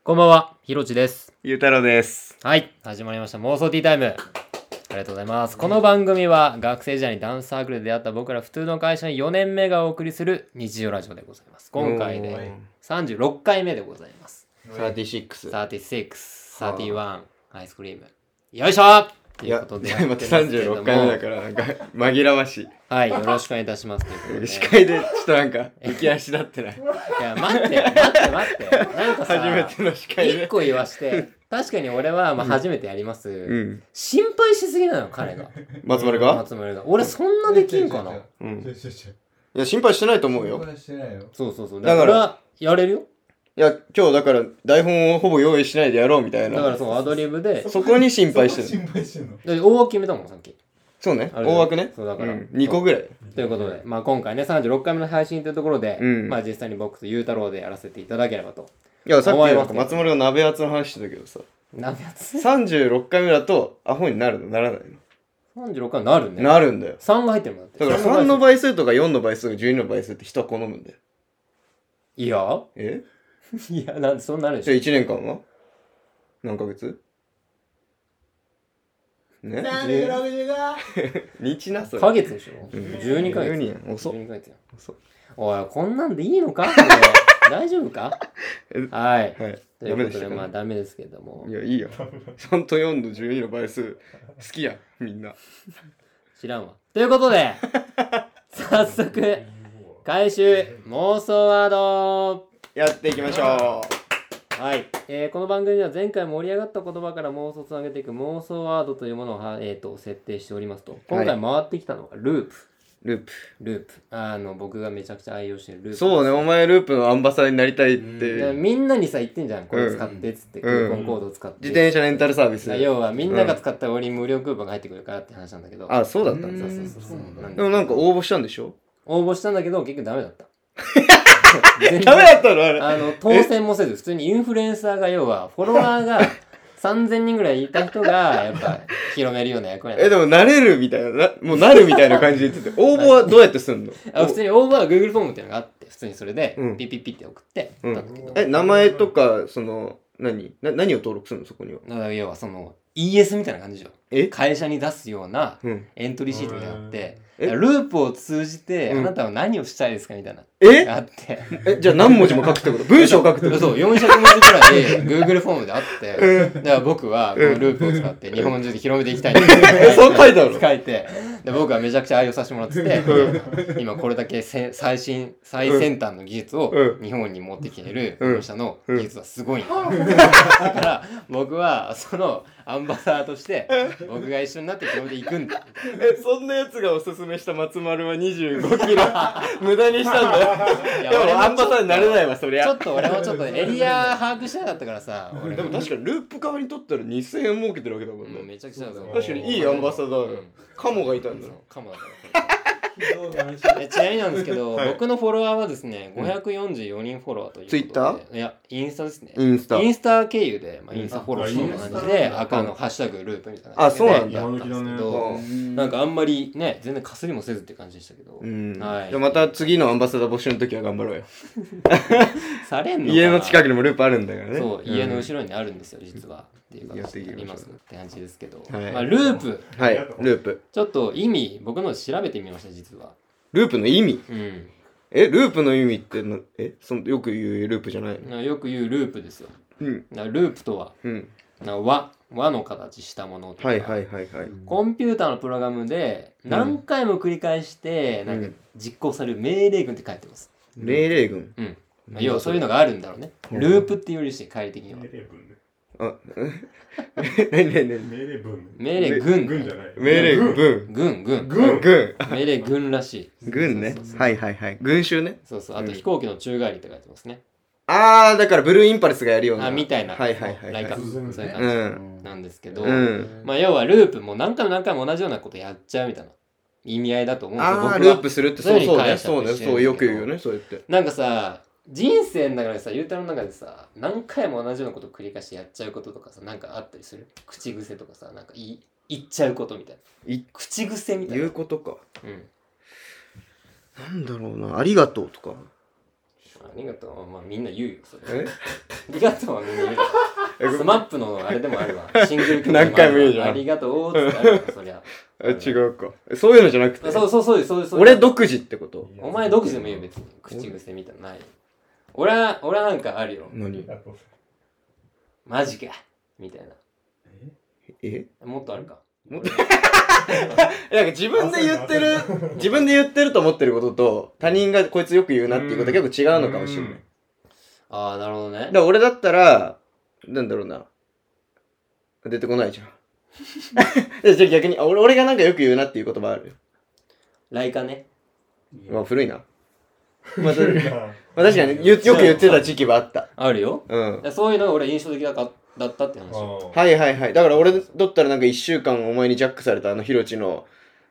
こんばんは、ひろちです。 ゆうたろうです。 はい、始まりました妄想ティータイム。ありがとうございます。この番組は学生時代にダンスサークルで出会った僕ら普通の会社に4年目がお送りする日常ラジオでございます。今回で36回目でございます。 36。 36、31、アイスクリーム。よいしょということでやってますけれども。 36回目だからなんか紛らわしい。 はい、よろしくお願いいたします。ということで司会でちょっとなんか浮き足立ってない。 いや、待って。なんかさ、 初めての司会で。 1個言わして、確かに俺はまあ初めてやります、心ん。 配しすぎなの、彼が。 松丸が俺そんなできんかな。 いや、心配してないと思うよ。 そう。だからやれるよ。 いや、今日だから台本をほぼ用意しないでやろうみたいな。 だからそう、アドリブで。 そこに心配してる。 大枠決めたもん、さっき。 そうね、大枠ね。 そうだから。 2個ぐらい。 ということで、まあ今回ね、36回目の配信というところで、まあ実際に僕とゆうたろうでやらせていただければと。 いや、さっきなんか松丸が鍋圧の話してたけどさ。 鍋圧 ?36 回目だとアホになるのならないの ?36 回なるね。 なるんだよ。 3が入ってるもんだって。 だから3の倍数とか4の倍数とか12の倍数って人は好むんだよ。 いやいや、なんでそうなるでしょ。 じゃあ1年間は何ヶ月ね 365 日なそれ。 ヶ月でしょ、12ヶ月。 12年遅っ。 12ヶ月よ。 遅っ。 おい、こんなんでいいのか大丈夫かはい。 はい。 ということで、 ダメでしたかまあダメですけどもい。や、いいよ。3と4の12の倍数好きや、みんな。 知らんわ。ということで、早速、回収妄想ワードやっていきましょはい、この番組では前回盛り上がった言葉から妄想をつなげていく妄想ワードというものを、設定しておりますと。今回回ってきたのがループ。 ループ。 僕がめちゃくちゃ愛用してるループ。 そうね、お前ループのアンバサダーになりたいって。 みんなにさ言ってんじゃん。これ使ってっつって、クーポンコードを使って。 自転車レンタルサービス。 要はみんなが使った折に無料クーポンが入ってくるからって話なんだけど。 あ、そうだったんだ。 そう。 でもなんか応募したんでしょ？ 応募したんだけど結局ダメだった。 ダメだったのあれ。 当選もせず普通にインフルエンサーが要はフォロワーが3000人ぐらいいた人がやっぱ広めるような役割でもなれるみたいな、もうなるみたいな感じで言ってて、応募はどうやってすんの？ 普通に応募は Google フォームっていうのがあって普通にそれでピッピッピッって送ってたんだけど、 名前とかその何を登録するのそこには？ だから要はその ES みたいな感じじゃん。 え会社に出すようなエントリーシートみたいなのがあってえループを通じてあなたは何をしたいですかみたいなえがあってじゃあ何文字も書くってこと文章を書くってこと？ そう400文字くらい Google フォームであってだから僕はこのループを使って日本中で広めていきたいんですそう書いてあるの？ 書いてで僕はめちゃくちゃ愛用させてもらってて今これだけ最先端の技術を日本に持ってきているこの社の技術はすごいんだだから僕はそのアンバサダーとして僕が一緒になって広めていくんだそんなやつがおすすめした松丸は25キロ無駄にしたんだよ。でもアンバサダーになれないわそりゃ。 ちょっと俺もちょっとエリア把握してなかったからさでも確かにループ側にとったら2000円儲けてるわけだもんね。 めちゃくちゃだぞ。 確かにいいアンバサダー。カモがいたんだ。 カモだからちなみになんですけど、僕のフォロワーはですね544人フォロワーということで、 ツイッター？ いやインスタですね。 インスタ経由で、インスタフォローしてる感じで赤のハッシュタグループみたいなあ、そうなんだ。 やったんですけど、なんかあんまりね全然かすりもせずって感じでしたけど、 はい。じゃあまた次のアンバサダー募集の時は頑張ろうよ。 されんのかな。 家の近くにもループあるんだからね。 そう、家の後ろにあるんですよ実はっていう形でありますって感じですけど、ループ、 はい、ループ。 ちょっと意味僕の調べてみました実は。 ループの意味？ループの意味ってよく言うループじゃないの？ よく言うループですよ。ループとは、輪の形したものとか、コンピューターのプログラムで何回も繰り返してなんか実行される命令群って書いてます。 命令群？ 要はそういうのがあるんだろうね。ループっていうよりして帰り的には。 何命令文。 命令群。 軍じゃない。 命令文。 軍。命令群らしい。 軍ね。はい群衆ね。 そうそう。あと飛行機の宙返りって書いてますね。 だからブルーインパルスがやるような。 みたいな。 はい。 そういう感じなんですけど、要はループも何回も同じようなことやっちゃうみたいな意味合いだと思うんですよ。僕はループするってそうね。そうよく言うよね。そうやって。 なんかさ。人生の中でさ、ゆうたろうの中でさ、何回も同じようなことを繰り返してやっちゃうこととかさ、なんかあったりする？口癖とかさ、なんか言っちゃうことみたいな。口癖みたいな。 言うことか。なんだろうな、ありがとうとか。 りがとう。まあみんな言うよ、それ。 えありがとうはみんな言うよ。スマップのあれでもあるわ。シングル曲でもあるわ何回も言うじゃんありがとうってあるわ、そりゃ。 違うか。そういうのじゃなくて。 そうです。 俺独自ってこと？ お前独自でもいいよ、別に。口癖みたいなのない。俺はなんかあるよ。 何？ マジかみたいな。 え？ もっとあるか。 なんか自分で言ってると思ってることと他人がこいつよく言うなっていうことは結構違うのかもしれない。 ああ、なるほどね。 だから俺だったらなんだろうな、出てこないじゃん。じゃあ逆に俺がなんかよく言うなっていう言葉ある？ ライカね。 まあ古いな。まあ確かによく言ってた時期はあった。 あるよ。 うん。 そういうのが俺印象的だったって話。 はいはいはい。だから俺だったらなんか1週間お前にジャックされたヒロチの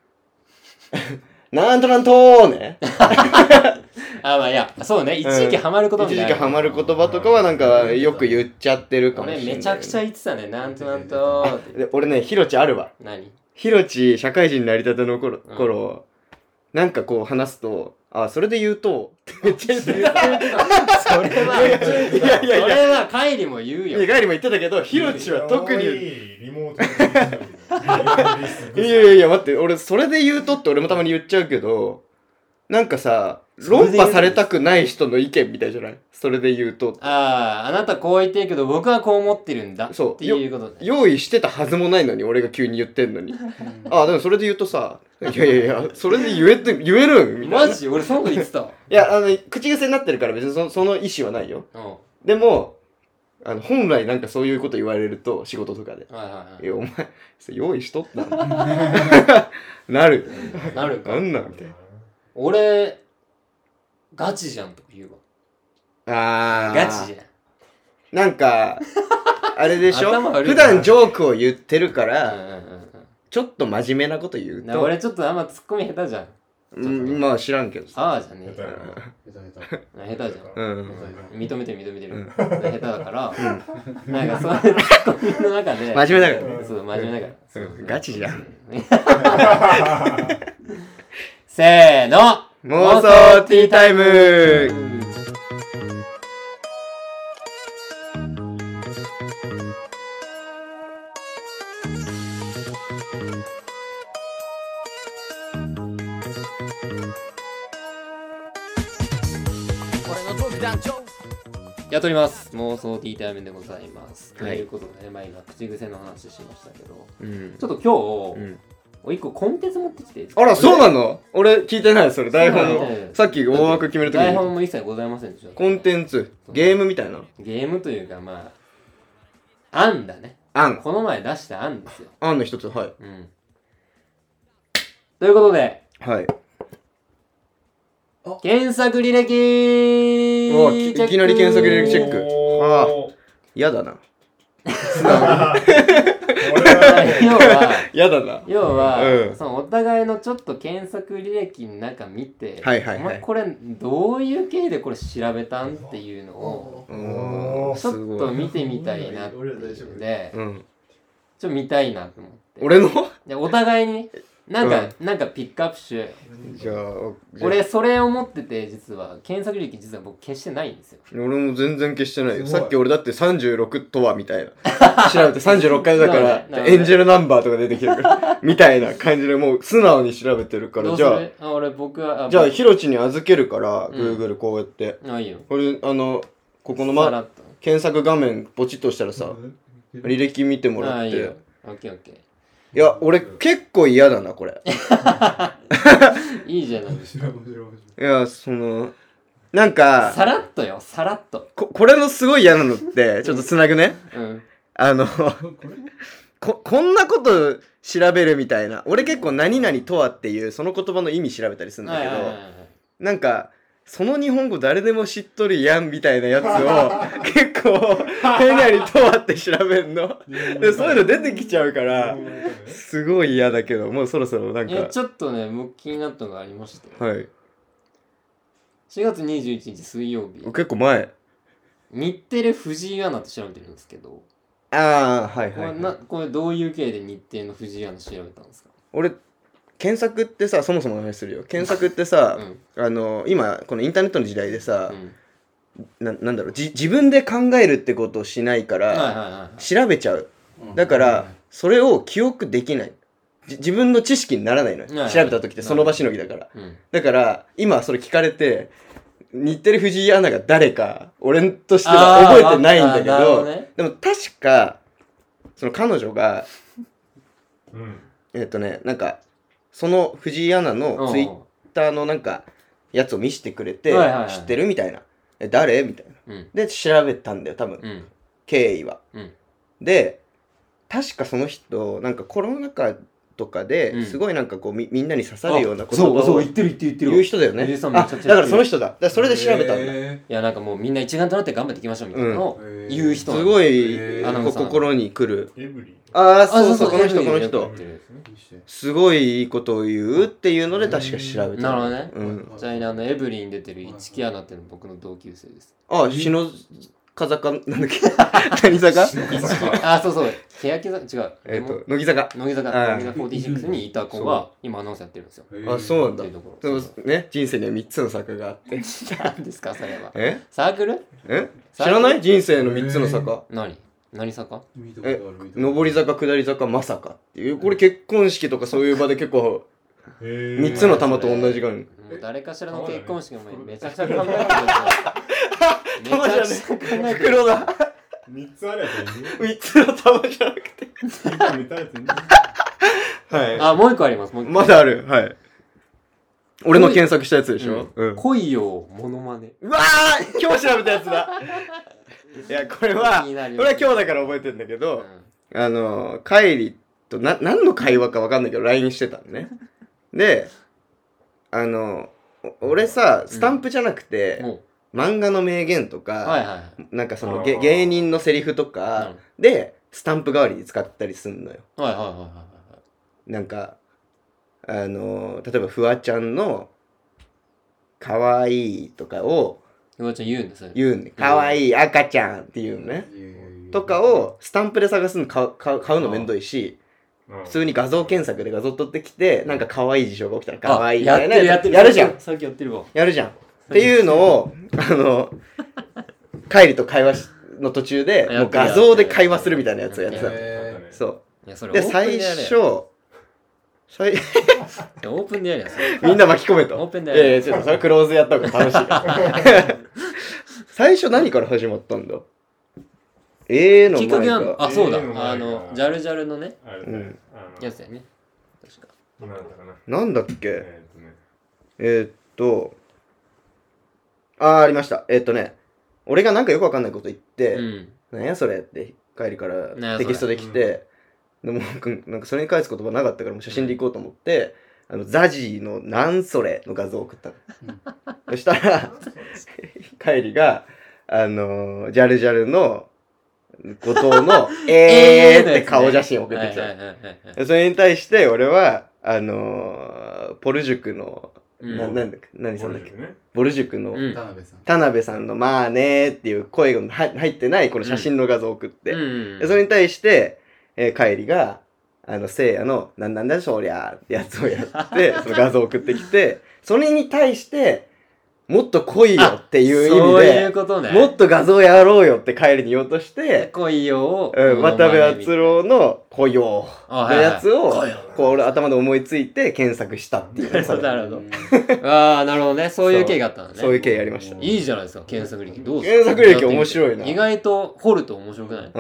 なんとなんとーね。 あ、まあいや、そうね。一時期ハマる言葉一時期ハマる言葉とかはなんかよく言っちゃってるかもしれない。 俺めちゃくちゃ言ってたね。なんとなんとーって。 で俺ね、ヒロチあるわ。 何？ ヒロチ社会人になりたての頃、なんかこう話すと、あ、それで言うと、めっちゃ言ってた。 それは帰りも言うよ。 帰りも言ってたけど、ヒロチは特に。 リモートいや待って、俺それで言うとって俺もたまに言っちゃうけど、なんかさ、論破されたくない人の意見みたいじゃない？それで言うと。 あなたこう言ってるけど僕はこう思ってるんだっていうことね。 用意してたはずもないのに俺が急に言ってんのに。あ、でもそれで言うとさ、いや、それで言えるんみたいな。 マジ？俺そのこと言ってたわ。 いや、口癖になってるから別にその意思はないよ。でも、本来なんかそういうこと言われると仕事とかで。いや、お前、用意しとったんなるか。なんなんみたいな。 俺、ガチじゃんとか言うわ。ガチじゃん。 なんか、あれでしょ普普段ジョークを言ってるから、ちょっと真面目なこと言うと。 俺ちょっとあんまツッコミ下手じゃん。 まあ知らんけどさ。ああじゃねえ。下手じゃん。認めてる。下手だから、なんかそういうツッコミの中で。 真面目だから。 そう、真面目だから。 ガチじゃん。 せーの妄想ティータイム。 やっております。妄想ティータイムでございます。 はい、 ということでね、今口癖の話しましたけど、ちょっと今日、一個コンテンツ持ってきて。 あら、そうなの？俺聞いてない、それ。台本。さっき大枠決めるときに。 台本も一切ございませんでした。 コンテンツ。ゲームみたいな。 ゲームというか、まあ、案だね。この前出した案ですよ。 案の一つ、はい。 ということで、 はい。 検索履歴いきなり検索履歴チェック。はあ、嫌だな。 要は、そのお互いのちょっと検索履歴の中見て、お前これどういう経緯でこれ調べたんっていうのをちょっと見てみたいなっていうので、ちょっと見たいなと思って。 俺の？ お互いになんかピックアップしようよ。 じゃあ俺それを持ってて、実は検索履歴実は僕消してないんですよ。 俺も全然消してないよ。さっき俺だって36とはみたいな調べて36回だからエンジェルナンバーとか出てきてるからみたいな感じでもう素直に調べてるから。じゃあ僕はじゃあヒロチに預けるから Google こうやって。 いいよ。 これここの検索画面ポチッとしたらさ履歴見てもらって。 いいよ。オッケーオッケー。 いや、俺結構嫌だな、これ。 いいじゃない。いや、なんか、 さらっとよ、さらっと。 これのすごい嫌なのって、ちょっとつなぐね。こんなこと調べるみたいな。俺結構何々とはっていう、その言葉の意味調べたりするんだけど、なんか、その日本語誰でも知っとるやんみたいなやつを結構何々とはって調べんので、そういうの出てきちゃうからすごい嫌だけど、もうそろそろなんかちょっとね、僕気になったのがありまして、 はい、 4月21日水曜日、 結構前、 日テレ藤井アナって調べてるんですけど、 これどういう経緯で日テレの藤井アナ調べたんですか？ 俺検索ってさ、そもそもの話するよ。検索ってさ、今このインターネットの時代でさ、 なんだろう自分で考えるってことをしないから、調べちゃう。だから、それを記憶できない。自分の知識にならないのよ。調べた時ってその場しのぎだから。だから今それ聞かれて日テレ藤井アナが誰か俺としては覚えてないんだけど、でも確かその彼女がなんかその藤井アナのツイッターのなんかやつを見せてくれて、知ってるみたいな。誰みたいな。で調べたんだよ多分。経緯は。で確かその人なんかコロナ禍とかですごいなんかこうみんなに刺さるような言葉を言ってる言う人だよね。だからその人だ。だからそれで調べたんだ。 いやなんかもうみんな一丸となって頑張っていきましょうみたいなのを言う人。 すごい心に来る。そうこの人。すごいいいことを言うっていうので確か調べた。 なるほどね。ちなみにエブリン出てる市木アナっていうの僕の同級生です。 篠風坂なんだっけ何坂そう欅坂違う乃木坂 46にいた子が今アナウンサーやってるんですよ。 そうなんだ。ね人生には3つの坂があって。 何ですかそれは。サークル？ 知らない人生の3つの坂。 何坂？ 上り坂下り坂まさかっていうこれ結婚式とかそういう場で結構3つの玉と同じ感じ。 誰かしらの結婚式もめちゃくちゃ考えてるんですよ。めちゃくちゃ考えてる。 袋だ。 3つあるやつ 3つの玉じゃなくて。 はい。もう一個あります。 まだある。はい。俺の検索したやつでしょ。 恋よモノマネ。 うわー今日調べたやつだ。いやこれは今日だから覚えてるんだけど、カイリと何の会話か分かんないけど LINE してたのね。で俺さスタンプじゃなくて、漫画の名言とか、なんかその芸人のセリフとかでスタンプ代わりに使ったりすんのよ。なんか例えばフワちゃんのかわいいとかをフワちゃん言うんですよ。 言うね。かわいい赤ちゃんっていうのね。とかをスタンプで探すの買うのめんどいし、普通に画像検索で画像取ってきてなんか可愛い事象が起きたら可愛いみたいなやるじゃん。 さっきやってるわ。 やるじゃん。っていうのをカイリと会話の途中でもう画像で会話するみたいなやつをやってたの。そう。で最初オープンでやりやすい。 みんな巻き込めと。 オープンでやりちょっとそれクローズやった方が楽しいから。最初何から始まったんだ？のきっかけあんの？そうだ。ジャルジャルのね。やつだよね。確か。 なんだっけ？ありました。俺がなんかよくわかんないこと言って、なんやそれって帰りからテキストで来て、でもなんかそれに返す言葉なかったからもう写真で行こうと思って、ザジーのなんそれの画像を送ったの。そしたら、帰りが、ジャルジャルの後藤のって顔写真を送ってきた。それに対して俺は、ポル塾の、何さんだっけ、ボル塾の田辺さんのまあねーっていう声が入ってないこの写真の画像を送って、それに対して、カイリがせいやのなんだそりゃーってやつをやってその画像を送ってきて、それに対してもっと来いよっていう意味で、 そういうことね、 もっと画像やろうよってカイリに言おうとして、 来いよを、 渡部篤郎の来いよのやつをこう俺頭で思いついて検索したっていう。 なるほど。なるほどね。そういう経緯があったのね。 そういう経緯やりました。 いいじゃないですか、検索歴。どうですか？検索歴面白いな。 意外と掘ると面白くない？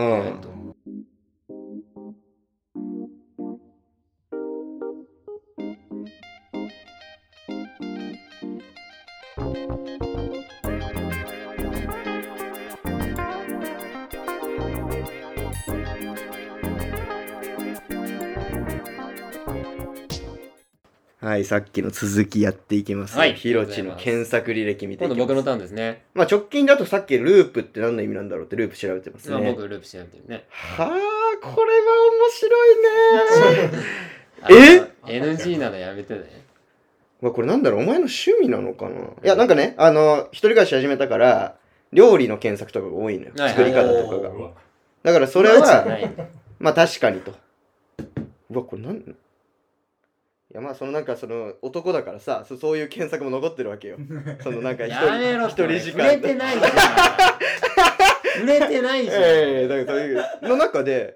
はい、さっきの続きやっていきます。はい、ひろちの検索履歴見ていきます。 今度僕のターンですね。 まあ直近だとさっきループって何の意味なんだろうってループ調べてますね。 僕ループ調べてるね。 はあ、これは面白いね。 NG なのやめてね。 これなんだろう、お前の趣味なのかな。いや、なんかね、一人暮らし始めたから料理の検索とかが多いのよ。作り方とかが。だからそれはまあ確かにと。うわ、これなんいやまあそのなんかその男だからさそういう検索も残ってるわけよそのなんかやめろ一人時間触れてないじゃん触れてないじゃん、 だからそういうの中で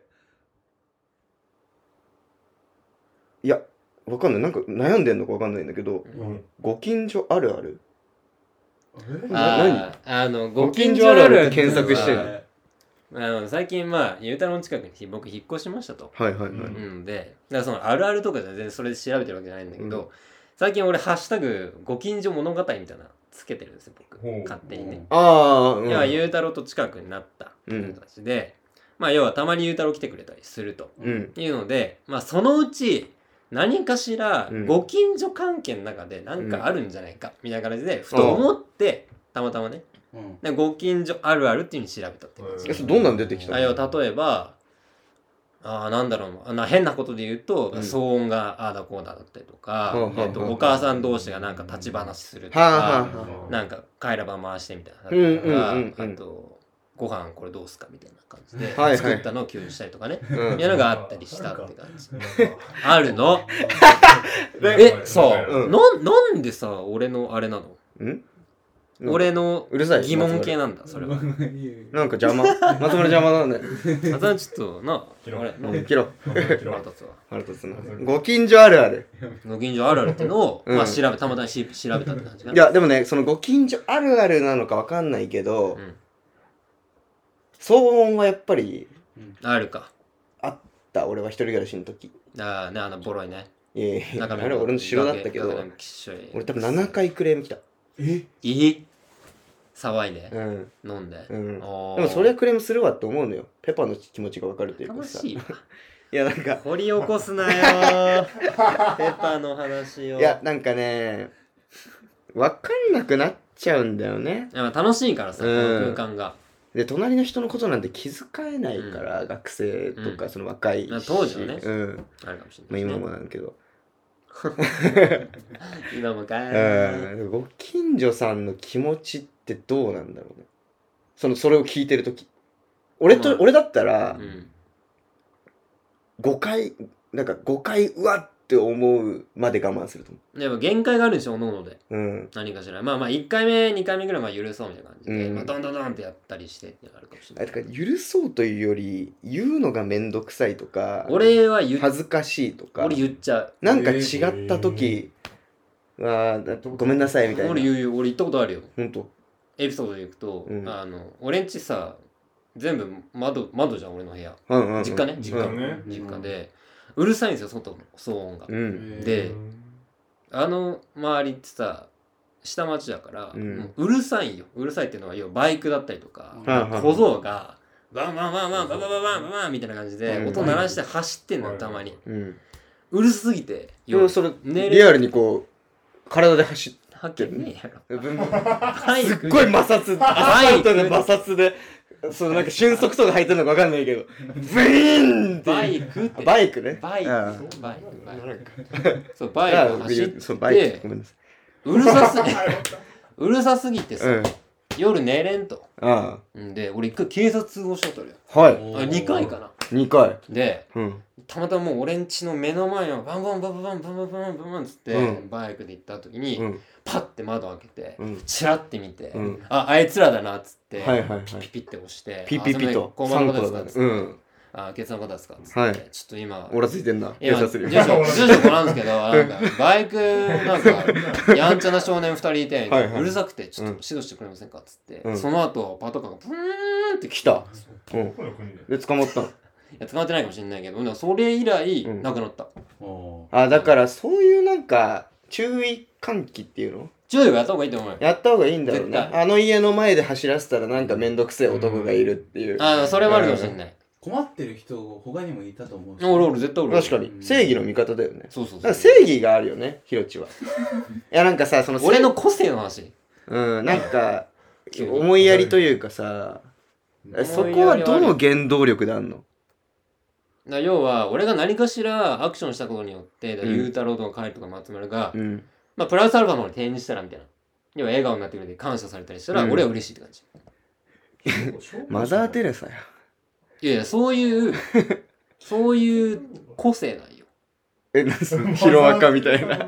いやわかんないなんか悩んでんのかわかんないんだけど、ご近所あるあるご近所あるあるって検索してる最近ゆうたろうの近くに僕引っ越しましたと。 はいはいはい。 でだからそのあるあるとかじゃ全然それで調べてるわけじゃないんだけど、最近俺ハッシュタグご近所物語みたいなつけてるんですよ僕勝手にね。要はゆうたろうと近くになったっていう形で、要はたまにゆうたろう来てくれたりするというので、そのうち何かしらご近所関係の中で何かあるんじゃないかみたいな感じでふと思ってたまたまね、ご近所あるあるっていう風に調べたって感じ。 どんなん出てきたの？ 例えばなんだろう変なことで言うと、騒音がああだこうだだったりとか、お母さん同士がなんか立ち話するとか、なんかカイラバ回してみたいなとか、あとご飯これどうすかみたいな感じで作ったのを共有したりとかね、みたいなのがあったりしたって感じあるの。そうなんでさ俺のあれなの？俺の疑問系なんだそれは。 なんか邪魔松村邪魔なんだよ。 松村ちょっとな切ろ腹立つわ。 ご近所あるあるご近所あるあるってのをたまたま調べたって感じかな。 いやでもねそのご近所あるあるなのかわかんないけど、騒音はやっぱりあるか。 あった俺は一人暮らしの時。 ボロいね。 いやあれ俺の城だったけど俺多分7回クレーム来た。 騒いで、飲んで、でもそれはクレームするわって思うのよ。ペパの気持ちが分かるというかさ。 楽しいわ。 いやなんか掘り起こすなよペパの話を。 いやなんかね分かんなくなっちゃうんだよね。 楽しいからさ、この空間が。 で隣の人のことなんて気遣えないから、学生とかその若い当時はね、あるかもしれない、 今もなんだけど今もかい。 ご近所さんの気持ちってどうなんだろうね。それを聞いてるとき俺だったら、5回うわって思うまで我慢すると思う。でも限界があるでしょおのおので、何かしら1回目2回目ぐらいは許そうみたいな感じで、ドンドンドンってやったりしてってあるかもしれない。 だから許そうというより言うのがめんどくさいとか俺は恥ずかしいとか俺言っちゃう。 なんか違った時はごめんなさいみたいな。 俺言ったことあるよ。 本当エピソードでいくと、俺んちさ全部窓じゃん俺の部屋、実家ね、実家でうるさいんですよ外の騒音が、で周りってさ下町だから、もうるさいよ。うるさいっていうのは要はバイクだったりとか、小僧がバンバンバンバンバンバンバンバンバンみたいな感じで音鳴らして走ってんのよたまに。うるすぎてそれリアルにこう体で走ってはっきりねえやろ。 すっごい摩擦アスファルトで摩擦でなんか瞬足とか入ってるのか分かんないけどブイーンってバイクってバイクねバイクそうバイク走ってごめんなさいうるさすぎてさ、夜寝れんと。で俺一回警察通報しちゃったのよ。2回かな。 2回で、たまたまもう俺んちの目の前をバンバンバンバンバンバンバンバンっつって、バイクで行った時に、パッて窓開けて、チラッて見て、あいつらだなっつって、ピピって押してピピピとこんばんはですかっつって、警察の方ですかっつって、ちょっと今オラついてんな住所こなんですけど、なんかバイクなんかやんちゃな少年2人いてうるさくてちょっと指導してくれませんかっつって、その後パトカーがプーンって来た。で捕まったの？いや捕まってないかもしれないけど、それ以来なくなった。 だからそういうなんか注意喚起っていうの？ 注意はやった方がいいと思うよ。 やった方がいいんだろうね。あの家の前で走らせたらなんかめんどくせえ男がいるっていう。 それもあるかもしれない。 困ってる人他にもいたと思うし。 俺絶対おる。 確かに正義の味方だよね。 そう正義があるよね、ひろちは。いやなんかさ俺の個性の話。 なんか思いやりというかさ、そこはどの原動力であんの？ 要は俺が何かしらアクションしたことによってゆうたろうとかカイルとか松丸が、プラスアルファの方に転じしたらみたいな、要は笑顔になってくれて感謝されたりしたら、俺は嬉しいって感じ。 マザー・テレサや。 いやそういう個性なんよ。 なんすかヒロアカみたいな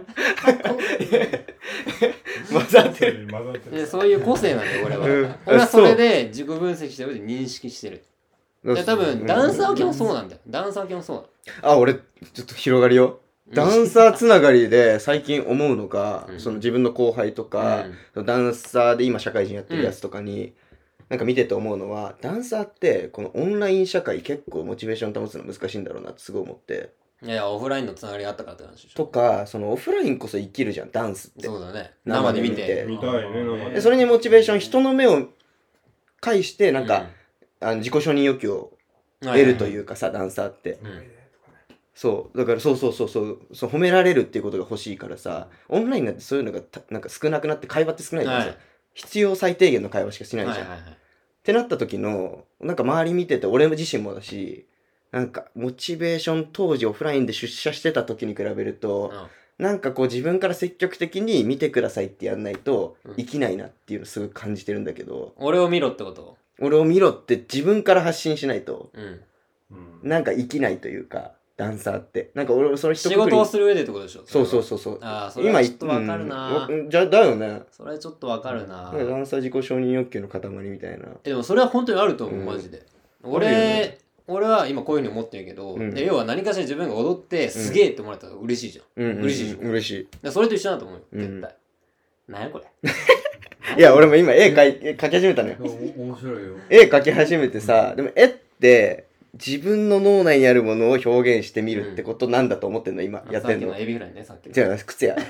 混ざってるでそういう個性なんだよ俺は、俺はそれで自己分析してるで認識してる。で多分ダンサー系もそうなんだよ。ダンサー系もそうなの。 俺ちょっと広がりよ。ダンサーつながりで最近思うのが、その自分の後輩とか、ダンサーで今社会人やってるやつとかに、なんか見てて思うのは、ダンサーってこのオンライン社会結構モチベーション保つの難しいんだろうなってすごい思って。 いやオフラインのつながりがあったからって話でしょ。 とかそのオフラインこそ生きるじゃんダンスって。 そうだね。生で見て見たいね生でそれにモチベーション人の目を介してなんか、自己承認欲求を得るというかさ、ダンサーって、そうだからそう褒められるっていうことが欲しいからさ、オンラインなんてそういうのがなんか少なくなって会話って少ないじゃん、必要最低限の会話しかしないじゃん、ってなった時のなんか周り見てて俺自身もだし、なんかモチベーション当時オフラインで出社してた時に比べると、なんかこう自分から積極的に見てくださいってやんないと生きないなっていうのすごい感じてるんだけど、 俺を見ろってこと？ 俺を見ろって自分から発信しないと、なんか生きないというか、ダンサーってなんか俺その仕事をする上でってことでしょ。 そうそれはちょっとわかるな、 じゃだよね。 それはちょっとわかるな、 ダンサー自己承認欲求の塊みたいな。 でもそれは本当にあると思う、マジで。俺は今こういうふうに思ってるけど、要は何かしら自分が踊ってすげえって思われたら嬉しいじゃん、嬉しいじゃん。 嬉しい。 それと一緒だと思うよ絶対。なんやこれいや俺も今絵描き始めたのよ。 面白いよ。 絵描き始めてさ、でも絵って自分の脳内にあるものを表現してみるってことなんだと思ってんの今やってんの。 さっきのエビフライね、さっきの。 じゃあ靴や。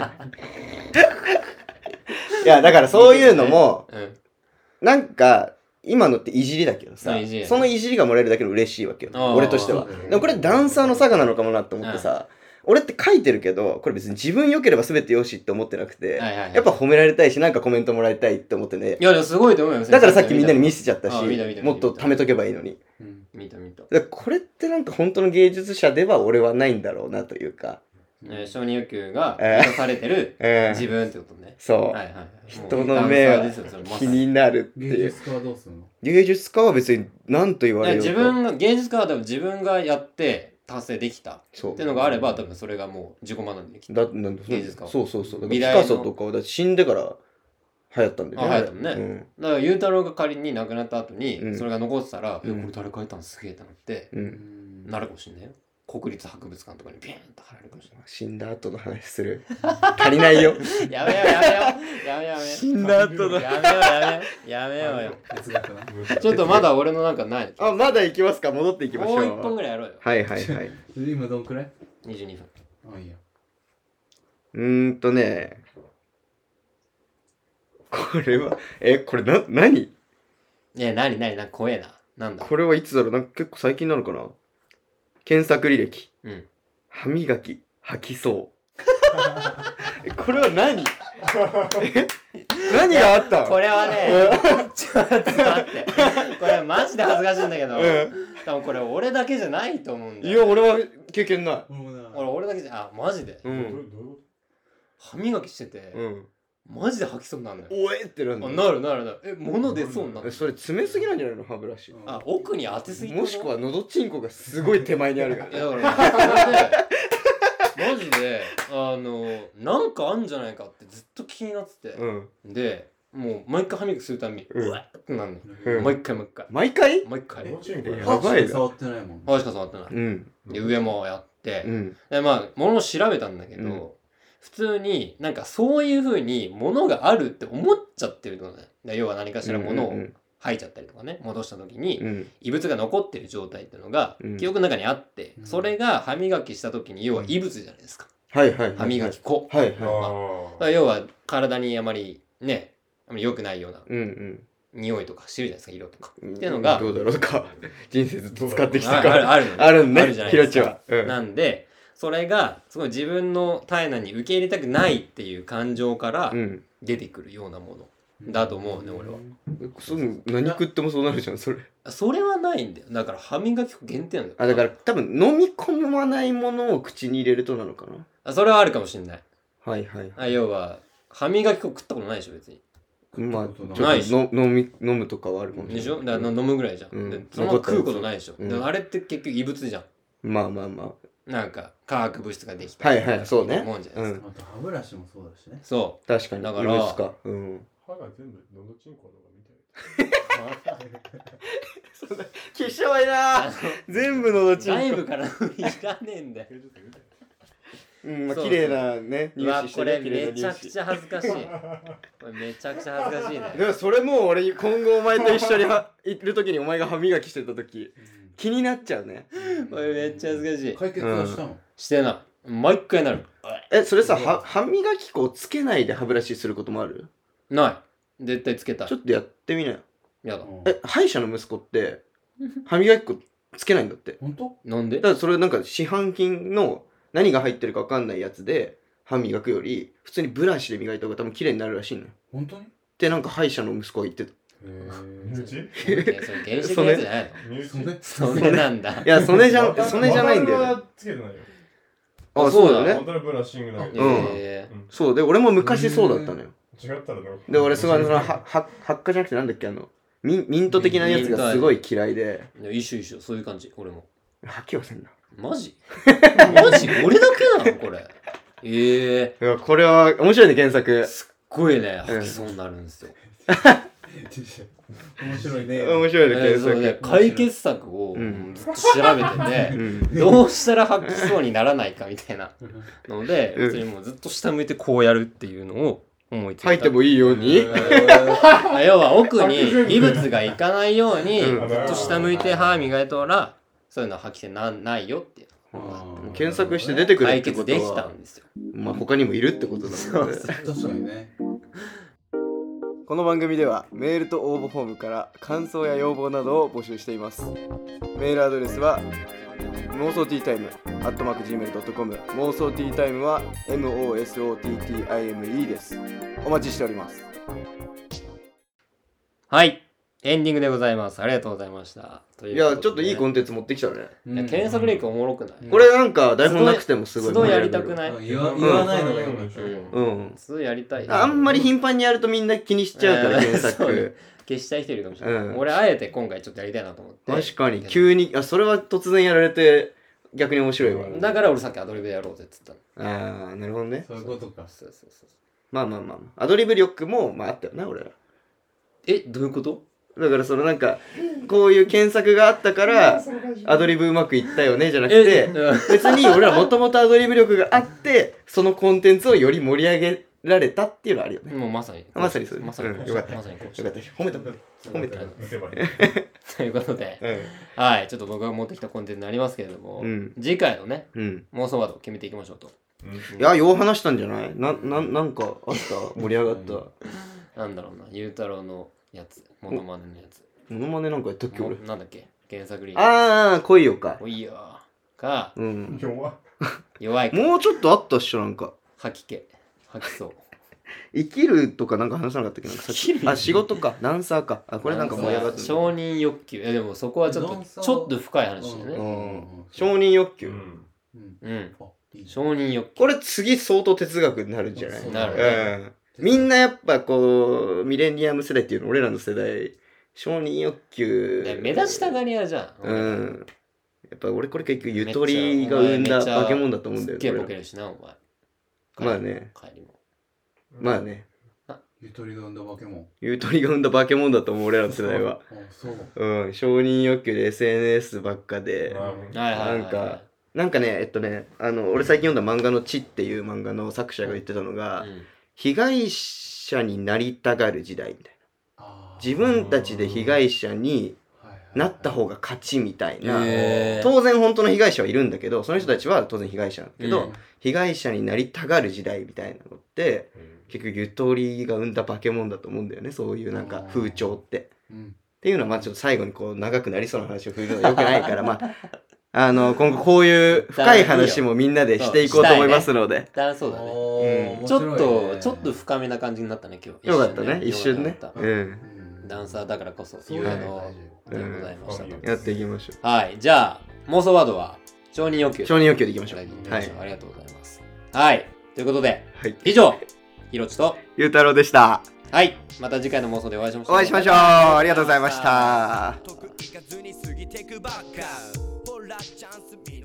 いやだからそういうのも、なんか今のっていじりだけどさ、そのいじりがもらえるだけで嬉しいわけよ、俺としては。でもこれダンサーの差がなのかもなと思ってさ、俺って書いてるけどこれ別に自分良ければ全てよしって思ってなくて、やっぱ褒められたいしなんかコメントもらいたいって思ってね。 いやでもすごいと思うよ。 だからさっきみんなに見せちゃったし、もっと貯めとけばいいのに。 見た。 これってなんか本当の芸術者では俺はないんだろうなというか、 承認欲求が満たされてる自分ってことね。 そう、人の目は気になるっていう。 芸術家はどうするの？ 芸術家は別に何と言われるか、 自分が芸術家は多分自分がやって達成できたっていうのがあれば、多分それがもう自己学んでできた芸術家は。そうだからピカソとかはだって死んでから流行ったんだよね。流行ったもんね、だから裕太郎が仮に亡くなった後に、それが残ってたら、これ誰書いたのすげえってなって、なるかもしんないよ。国立博物館とかにビーンと貼られるかもしれない。死んだ後の話する足りないよ。やめよう死んだ後のやめようよ。ちょっとまだ俺のなんかない。 まだ行きますか。戻っていきましょう。 もう1本ぐらいやろうよ。 はい今どんくらい ？22分。 あ、いいや。 ね、これはこれ何？ いや何怖えな。なんだこれはいつだろう。なんか結構最近なのかな。検索履歴、歯磨き吐きそうこれは何？何があった？ これはねちょっと待ってこれマジで恥ずかしいんだけど、多分これ俺だけじゃないと思うんだよ。 いや俺は経験ない。 俺だけじゃマジで、歯磨きしてて、マジで吐きそうになるのよ。 おえってなるの？ なる。物出そうになる。 それ詰めすぎなんじゃないの？歯ブラシ。 奥に当てすぎ。 もしくはのどちんこがすごい手前にあるから。 だからマジでなんかあんじゃないかってずっと気になってて、でもう毎回歯磨きするたびにうわってなるの。毎回毎回やばいな。触ってないもん。 歯しか触ってない。で上もやって、で物を調べたんだけど、普通になんかそういう風に物があるって思っちゃってるのね。要は何かしら物を吐いちゃったりとかね、戻した時に異物が残ってる状態っていうのが記憶の中にあって、それが歯磨きした時に要は異物じゃないですか。歯磨き粉。要は体にあまりね、良くないような匂いとかしてるじゃないですか、色とか。っていうのがどうだろうか。人生ずっと使ってきたからあるね。 ひろちは。なんでそれがすごい自分の体内に受け入れたくないっていう感情から出てくるようなものだと思うね、俺は。 何食ってもそうなるじゃん、それ。 それはないんだよ。だから歯磨き粉限定なんだよ。 だから多分飲み込まないものを口に入れるとなのかな。 それはあるかもしれない。要は歯磨き粉食ったことないでしょ別に。 ないし飲むとかはあるもんね。 でしょ。だから飲むぐらいじゃん。そのまま食うことないでしょ。あれって結局異物じゃん。 まあまあまなんか化学物質ができたはいはいそうねもんじゃないですか、 あと歯ブラシもそうだしね。 そ確かにだから異物かうん歯が全部のどちんこのが見たい。 きっしょいな全部のどう外部からのいらねえんだようんまあそうそう綺麗なねうわこれ綺麗なめちゃくちゃ恥ずかしいこれめちゃくちゃ恥ずかしいねでもそれもう俺今後お前と一緒にいる時にお前が歯磨きしてた時気になっちゃうねこれめっちゃ恥ずかしい解決はしたの？ してない毎回なるそれさ歯磨き粉をつけないで歯ブラシすることもあるない絶対つけたいちょっとやってみなよやだ歯医者の息子って歯磨き粉つけないんだって本当？ なんでだからそれなんか市販品の何が入ってるか分かんないやつで歯磨くより普通にブラシで磨いた方が多分綺麗になるらしいのよ本当に？ ってなんか歯医者の息子が言ってた身内？ それ原始のやつじゃないの身内？ それなんだいやそれじゃないんだよねはつけてないよ。 あそうだね本当のブラッシングだけど。 うんそうで俺も昔そうだったのよ違ったらどう？ で俺すごい発火じゃなくてなんだっけミント的なやつがすごい嫌いでいや一緒そういう感じ俺も吐きはせんなマジマジ俺だけなのこれいやこれは面白いね原作すっごいね吐きそうになるんですよ面白いね。 面白いね原そうね作解決策をずっと調べてて、どうしたら吐きそうにならないかみたいなので、普通にもうずっと下向いてこうやるっていうのを思いついた。 吐いてもいいように要は奥に異物がいかないようにずっと下向いて歯磨いたらそういうのは吐き気ないよっていう検索して出てくるっ解てこと決できたはんですよ。 まあ他にもいるってことだもんね確かにね。 この番組ではメールと応募フォームから感想や要望などを募集しています。メールアドレスは妄想ティータイム@gmail.com 妄想ティータイムは MOSOTTIME です。お待ちしております。 はいエンディングでございます。ありがとうございました。 いやちょっといいコンテンツ持ってきたね。 いや検索リンクおもろくない、 これなんか台本なくてもすごいすごいやりたくない言わないのがいい。 すごいやりたいあんまり頻繁にやるとみんな気にしちゃうから検索消したい人いるかもしれない、俺あえて今回ちょっとやりたいなと思って確かに急にそれは突然やられて逆に面白いわ。 だから俺さっきアドリブでやろうぜっつったの。 ああなるほどね。 そういうことか。 そうまあアドリブ力もまああったよな俺ら。 どういうこと？ だからそのなんかこういう検索があったからアドリブうまくいったよねじゃなくて別に俺らもともとアドリブ力があってそのコンテンツをより盛り上げられたっていうのはあるよね。 もうまさにそうまさによかったまさにこうよかった褒めたということで、はいちょっと僕が持ってきたコンテンツになりますけれども、次回のね妄想ワードを決めていきましょうと。 いやよう話したんじゃない？なんかあった盛り上がった。 なんだろうなゆうたろうのやつモノマネのやつ。 モノマネなんかやったっけ俺。 なんだっけ原作リンク。 ああ来いよか。 来いよか。弱いか。 もうちょっとあったっしょなんか。 吐きそう。 生きるとかなんか話さなかったっけなんかさっきあ仕事かダンサーかこれなんか盛り上がってる。 承認欲求でもそこはちょっと深い話だよね。 承認欲求。 承認欲求。 これ次相当哲学になるんじゃない？ なる。 みんなやっぱこうミレニアム世代っていうの俺らの世代承認欲求目立ちたがり屋じゃん。やっぱ俺これ結局ゆとりが生んだ化け物だと思うんだよね。 すっげえボケるしなお前。 まあね。まあね。 ゆとりが生んだ化け物。 ゆとりが生んだ化け物だと思う俺らの世代は。承認欲求で SNS ばっかでなんかね俺最近読んだ漫画の「地」っていう漫画の作者が言ってたのが、被害者になりたがる時代みたいな。自分たちで被害者になった方が勝ちみたいな。当然本当の被害者はいるんだけどその人たちは当然被害者なんだけど、被害者になりたがる時代みたいなのって結局ゆとりが生んだ化け物だと思うんだよね。そういうなんか風潮って。っていうのはまあちょっと最後にこう長くなりそうな話を振るのはよくないからまあ今後こういう深い話もみんなでしていこうと思いますので。 そうだね。ちょっと深めな感じになったね今日。 よかったね一瞬ね。 ダンサーだからこそ有名のでございましたと。 やっていきましょう。 はいじゃあ妄想ワードは承認欲求。 承認欲求でいきましょう。 はいありがとうございます。はいということで以上ひろちとゆうたろうでした。 はいまた次回の妄想でお会いしましょう。 お会いしましょう。ありがとうございました。